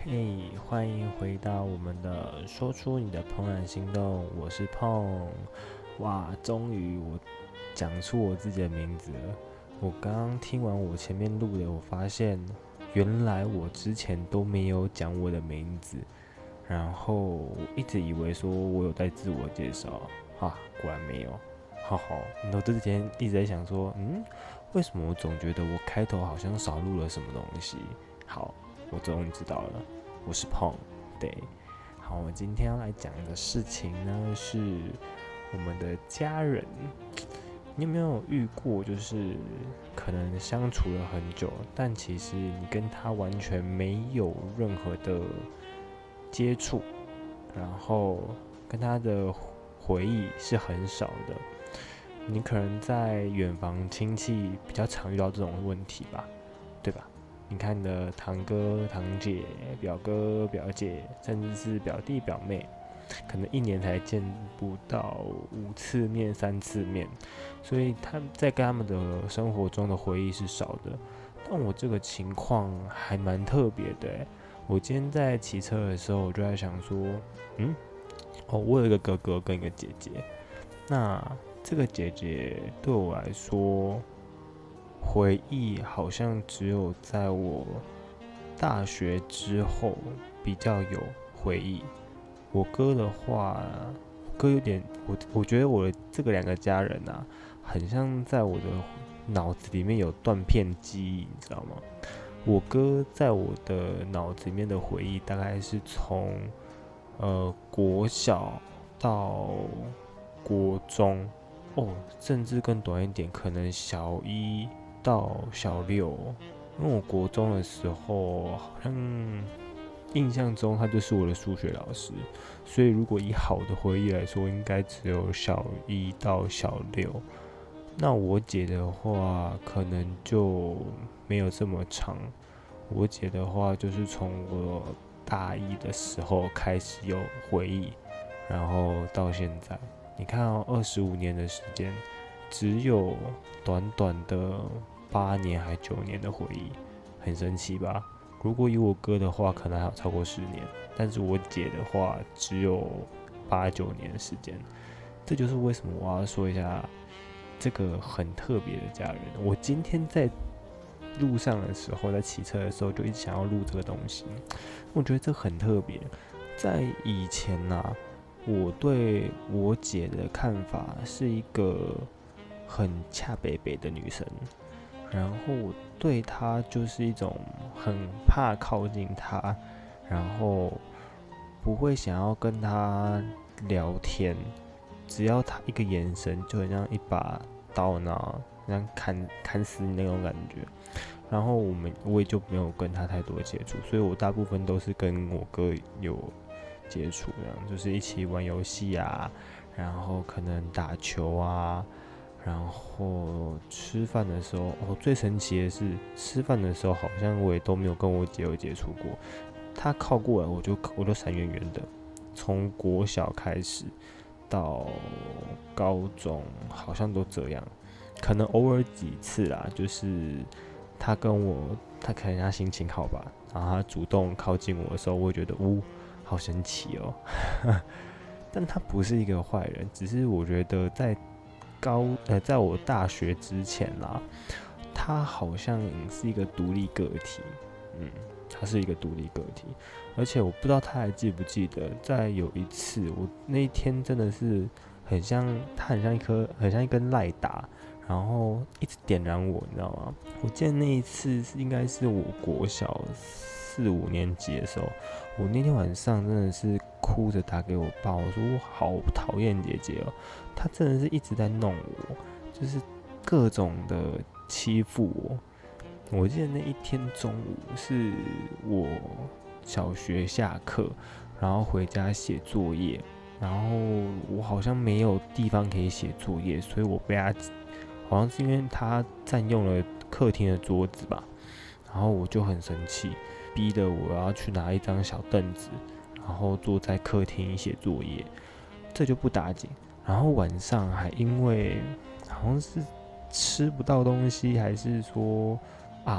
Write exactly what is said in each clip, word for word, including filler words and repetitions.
嘿，欢迎回到我们的说出你的怦然心动，我是碰。哇，终于我讲出我自己的名字了。我刚刚听完我前面录的，我发现原来我之前都没有讲我的名字，然后我一直以为说我有在自我介绍啊，果然没有。好好，我之前一直在想说，嗯，为什么我总觉得我开头好像少录了什么东西？好，我终于知道了。我是碰，对，好，我今天要来讲的事情呢是我们的家人。你有没有遇过，就是可能相处了很久，但其实你跟他完全没有任何的接触，然后跟他的回忆是很少的。你可能在远房亲戚比较常遇到这种问题吧，对吧？你看你的堂哥、堂姐、表哥、表姐，甚至是表弟、表妹，可能一年才见不到五次面、三次面，所以他在跟他们的生活中的回忆是少的。但我这个情况还蛮特别的欸。我今天在骑车的时候，我就在想说，嗯，哦，我有一个哥哥跟一个姐姐，那这个姐姐对我来说，回忆好像只有在我大学之后比较有回忆。我哥的话，哥有点，我我觉得我的这个两个家人啊，很像在我的脑子里面有断片记忆，你知道吗？我哥在我的脑子里面的回忆，大概是从呃国小到国中，哦，甚至更短一点，可能小一到小六。因为我国中的时候，好像印象中他就是我的数学老师，所以如果以好的回忆来说，应该只有小一到小六。那我姐的话，可能就没有这么长。我姐的话，就是从我大一的时候开始有回忆，然后到现在，你看哦，二十五年的时间，只有短短的八年还九年的回忆，很神奇吧？如果以我哥的话，可能还有超过十年，但是我姐的话只有八九年的时间。这就是为什么我要说一下这个很特别的家人。我今天在路上的时候，在骑车的时候，就一直想要录这个东西。我觉得这很特别。在以前啊，我对我姐的看法是一个很恰北北的女生，然后我对她就是一种很怕靠近她，然后不会想要跟她聊天，只要她一个眼神，就很像一把刀呢，像砍砍死你那种感觉。然后我们我也就没有跟他太多接触，所以我大部分都是跟我哥有接触，这样就是一起玩游戏啊，然后可能打球啊，然后吃饭的时候，哦，最神奇的是吃饭的时候好像我也都没有跟我姐有接触过，她靠过来我就我就闪远远的，从国小开始到高中好像都这样，可能偶尔几次啦，就是他跟我，他可能他心情好吧，然后他主动靠近我的时候，我会觉得，呜，好神奇哦。但他不是一个坏人，只是我觉得在高呃，在我大学之前啦，他好像是一个独立个体，嗯，他是一个独立个体，而且我不知道他还记不记得，在有一次，我那一天真的是很像，他很像一颗，很像一根赖打。然后一直点燃我，你知道吗？我记得那一次是应该是我国小四五年级的时候，我那天晚上真的是哭着打给我爸，我说我好讨厌姐姐哦，她真的是一直在弄我，就是各种的欺负我。我记得那一天中午是我小学下课，然后回家写作业，然后我好像没有地方可以写作业，所以我被他。好像是因为他占用了客厅的桌子吧，然后我就很生气，逼得我要去拿一张小凳子，然后坐在客厅写作业，这就不打紧。然后晚上还因为好像是吃不到东西，还是说啊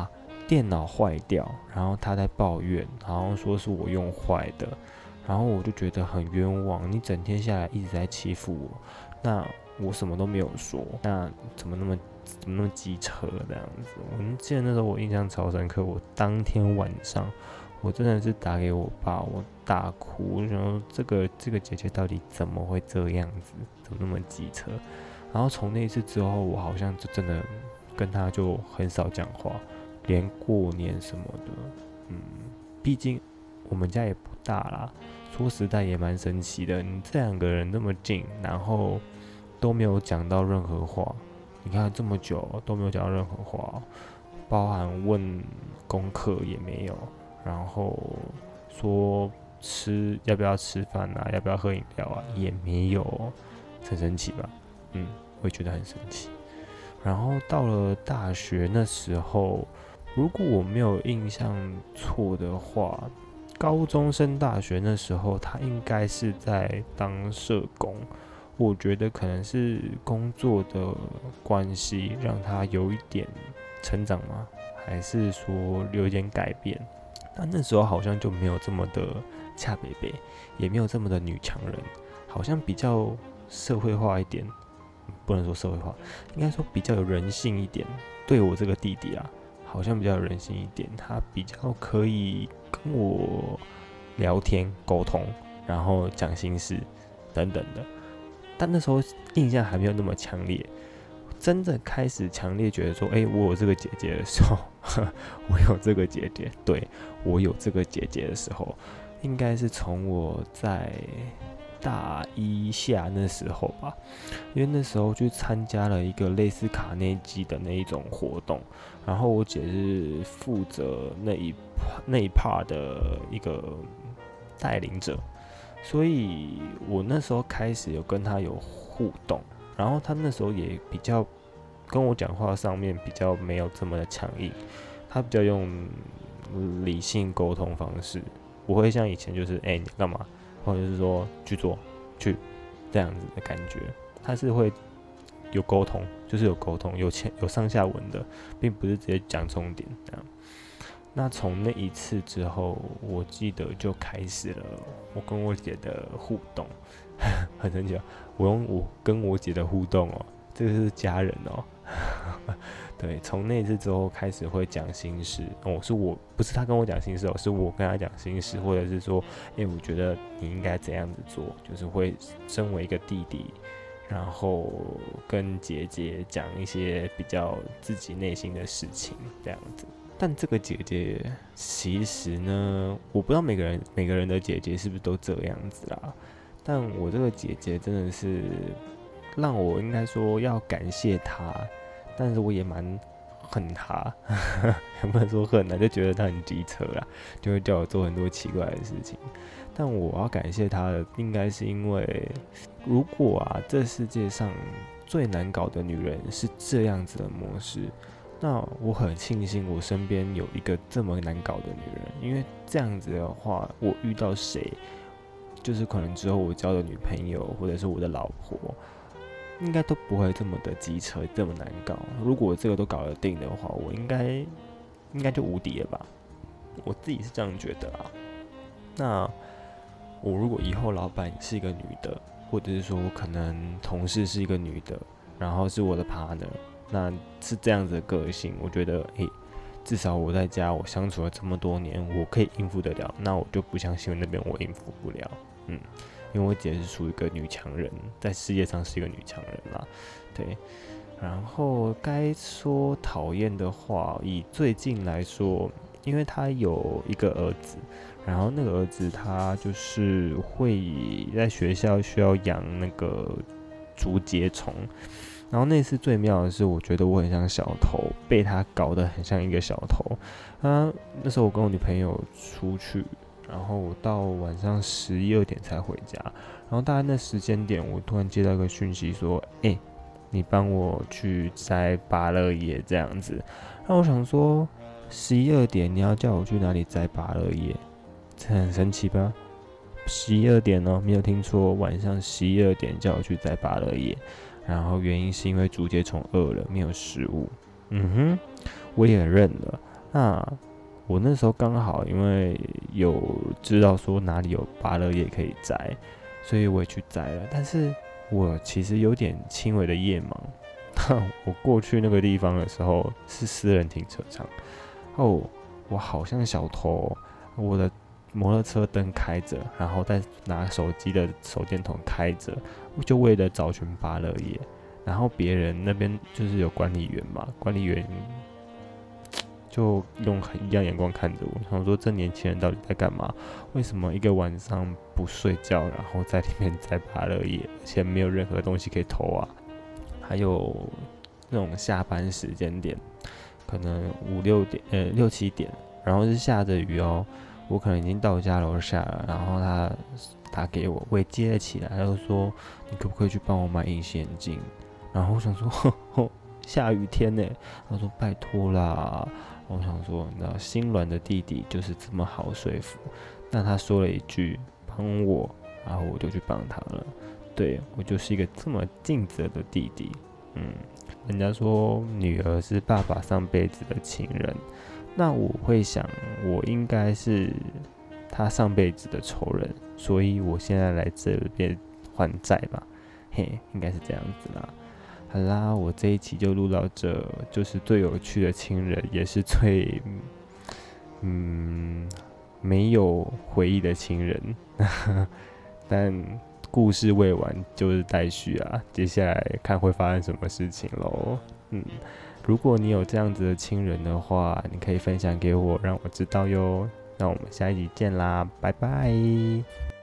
电脑坏掉，然后他在抱怨，然后说是我用坏的，然后我就觉得很冤枉，你整天下来一直在欺负我，那我什么都没有说，那怎么那么怎么那么机车这样子？我记得那时候我印象超深刻，我当天晚上我真的是打给我爸，我大哭，然后这个这个姐姐到底怎么会这样子，怎么那么机车？然后从那一次之后，我好像就真的跟她就很少讲话，连过年什么的，嗯，毕竟我们家也不大啦，说实在也蛮神奇的，你这两个人那么近，然后都没有讲到任何话，你看这么久都没有讲到任何话，包含问功课也没有，然后说吃要不要吃饭啊，要不要喝饮料啊，也没有，很神奇吧？嗯，我也觉得很神奇。然后到了大学那时候，如果我没有印象错的话，高中升大学那时候，他应该是在当社工。我觉得可能是工作的关系，让他有一点成长吗？还是说有一点改变？但那时候好像就没有这么的恰北北，也没有这么的女强人，好像比较社会化一点，不能说社会化，应该说比较有人性一点。对我这个弟弟啊，好像比较有人性一点，他比较可以跟我聊天沟通，然后讲心事等等的。但那时候印象还没有那么强烈，真的开始强烈觉得说，哎、欸，我有这个姐姐的时候，我有这个姐姐，对我有这个姐姐的时候，应该是从我在大一下那时候吧，因为那时候去参加了一个类似卡内基的那一种活动，然后我姐是负责那一那一 part 的一个带领者。所以我那时候开始有跟他有互动，然后他那时候也比较跟我讲话上面比较没有这么的强硬，他比较用理性沟通方式，不会像以前就是哎、欸、你干嘛，或者是说去做去这样子的感觉，他是会有沟通，就是有沟通有前有上下文的，并不是直接讲重点这样。那从那一次之后，我记得就开始了我跟我姐的互动，很神奇啊！我用我跟我姐的互动哦，这个是家人哦。对，从那一次之后开始会讲心事哦，是我不是他跟我讲心事哦，是我跟他讲心事，或者是说，哎、欸，我觉得你应该怎样子做，就是会身为一个弟弟，然后跟姐姐讲一些比较自己内心的事情，这样子。但这个姐姐其实呢，我不知道每个人每个人的姐姐是不是都这样子啦。但我这个姐姐真的是让我应该说要感谢她，但是我也蛮恨她，也不能说恨啦，就觉得她很机车啦，就会叫我做很多奇怪的事情。但我要感谢她的，应该是因为如果啊，这世界上最难搞的女人是这样子的模式。那我很庆幸我身边有一个这么难搞的女人，因为这样子的话，我遇到谁，就是可能之后我交的女朋友或者是我的老婆，应该都不会这么的机车，这么难搞。如果我这个都搞得定的话，我应该应该就无敌了吧？我自己是这样觉得啊。那我如果以后老板是一个女的，或者是说我可能同事是一个女的，然后是我的 partner。那是这样子的个性，我觉得，诶、欸，至少我在家我相处了这么多年，我可以应付得了。那我就不像新闻那边我应付不了，嗯，因为我姐是属于一个女强人，在事业上是一个女强人啦，对。然后该说讨厌的话，以最近来说，因为她有一个儿子，然后那个儿子他就是会在学校需要养那个竹节虫。然后那次最妙的是，我觉得我很像小偷，被他搞得很像一个小偷。啊，那时候我跟我女朋友出去，然后我到晚上十一二点才回家。然后大概那时间点，我突然接到一个讯息说：“哎、欸，你帮我去摘芭乐叶这样子。”然后我想说，十一二点你要叫我去哪里摘芭乐叶？这很神奇吧？十一二点哦，没有听错，晚上十一二点叫我去摘芭乐叶。然后原因是因为竹节虫饿了，没有食物。嗯哼，我也认了。 那我那时候刚好因为有知道说哪里有芭乐叶可以摘，所以我也去摘了。但是我其实有点轻微的夜盲。我过去那个地方的时候是私人停车场，哦，我好像小偷，我的摩托车灯开着，然后再拿手机的手电筒开着，就为了找寻芭乐叶。然后别人那边就是有管理员嘛，管理员就用很异样眼光看着我，想说这年轻人到底在干嘛？为什么一个晚上不睡觉，然后在里面摘芭乐叶，而且没有任何东西可以偷啊？还有那种下班时间点，可能五六点，呃六七点，然后是下着雨哦，我可能已经到家楼下了，然后他打给我，我也接了起来，他就说你可不可以去帮我买隐形眼镜？然后我想说，呵呵下雨天呢，他说拜托啦。我想说，你知道，心软的弟弟就是这么好说服。那他说了一句帮我，然后我就去帮他了。对，我就是一个这么尽责的弟弟。嗯，人家说女儿是爸爸上辈子的情人，那我会想，我应该是他上辈子的仇人，所以我现在来这边还债吧。嘿，应该是这样子啦。好啦，我这一期就录到这，就是最有趣的亲人，也是最嗯没有回忆的亲人。但故事未完，就是待续啊，接下来看会发生什么事情咯。嗯，如果你有这样子的亲人的话，你可以分享给我，让我知道哟。那我们下一集见啦，拜拜。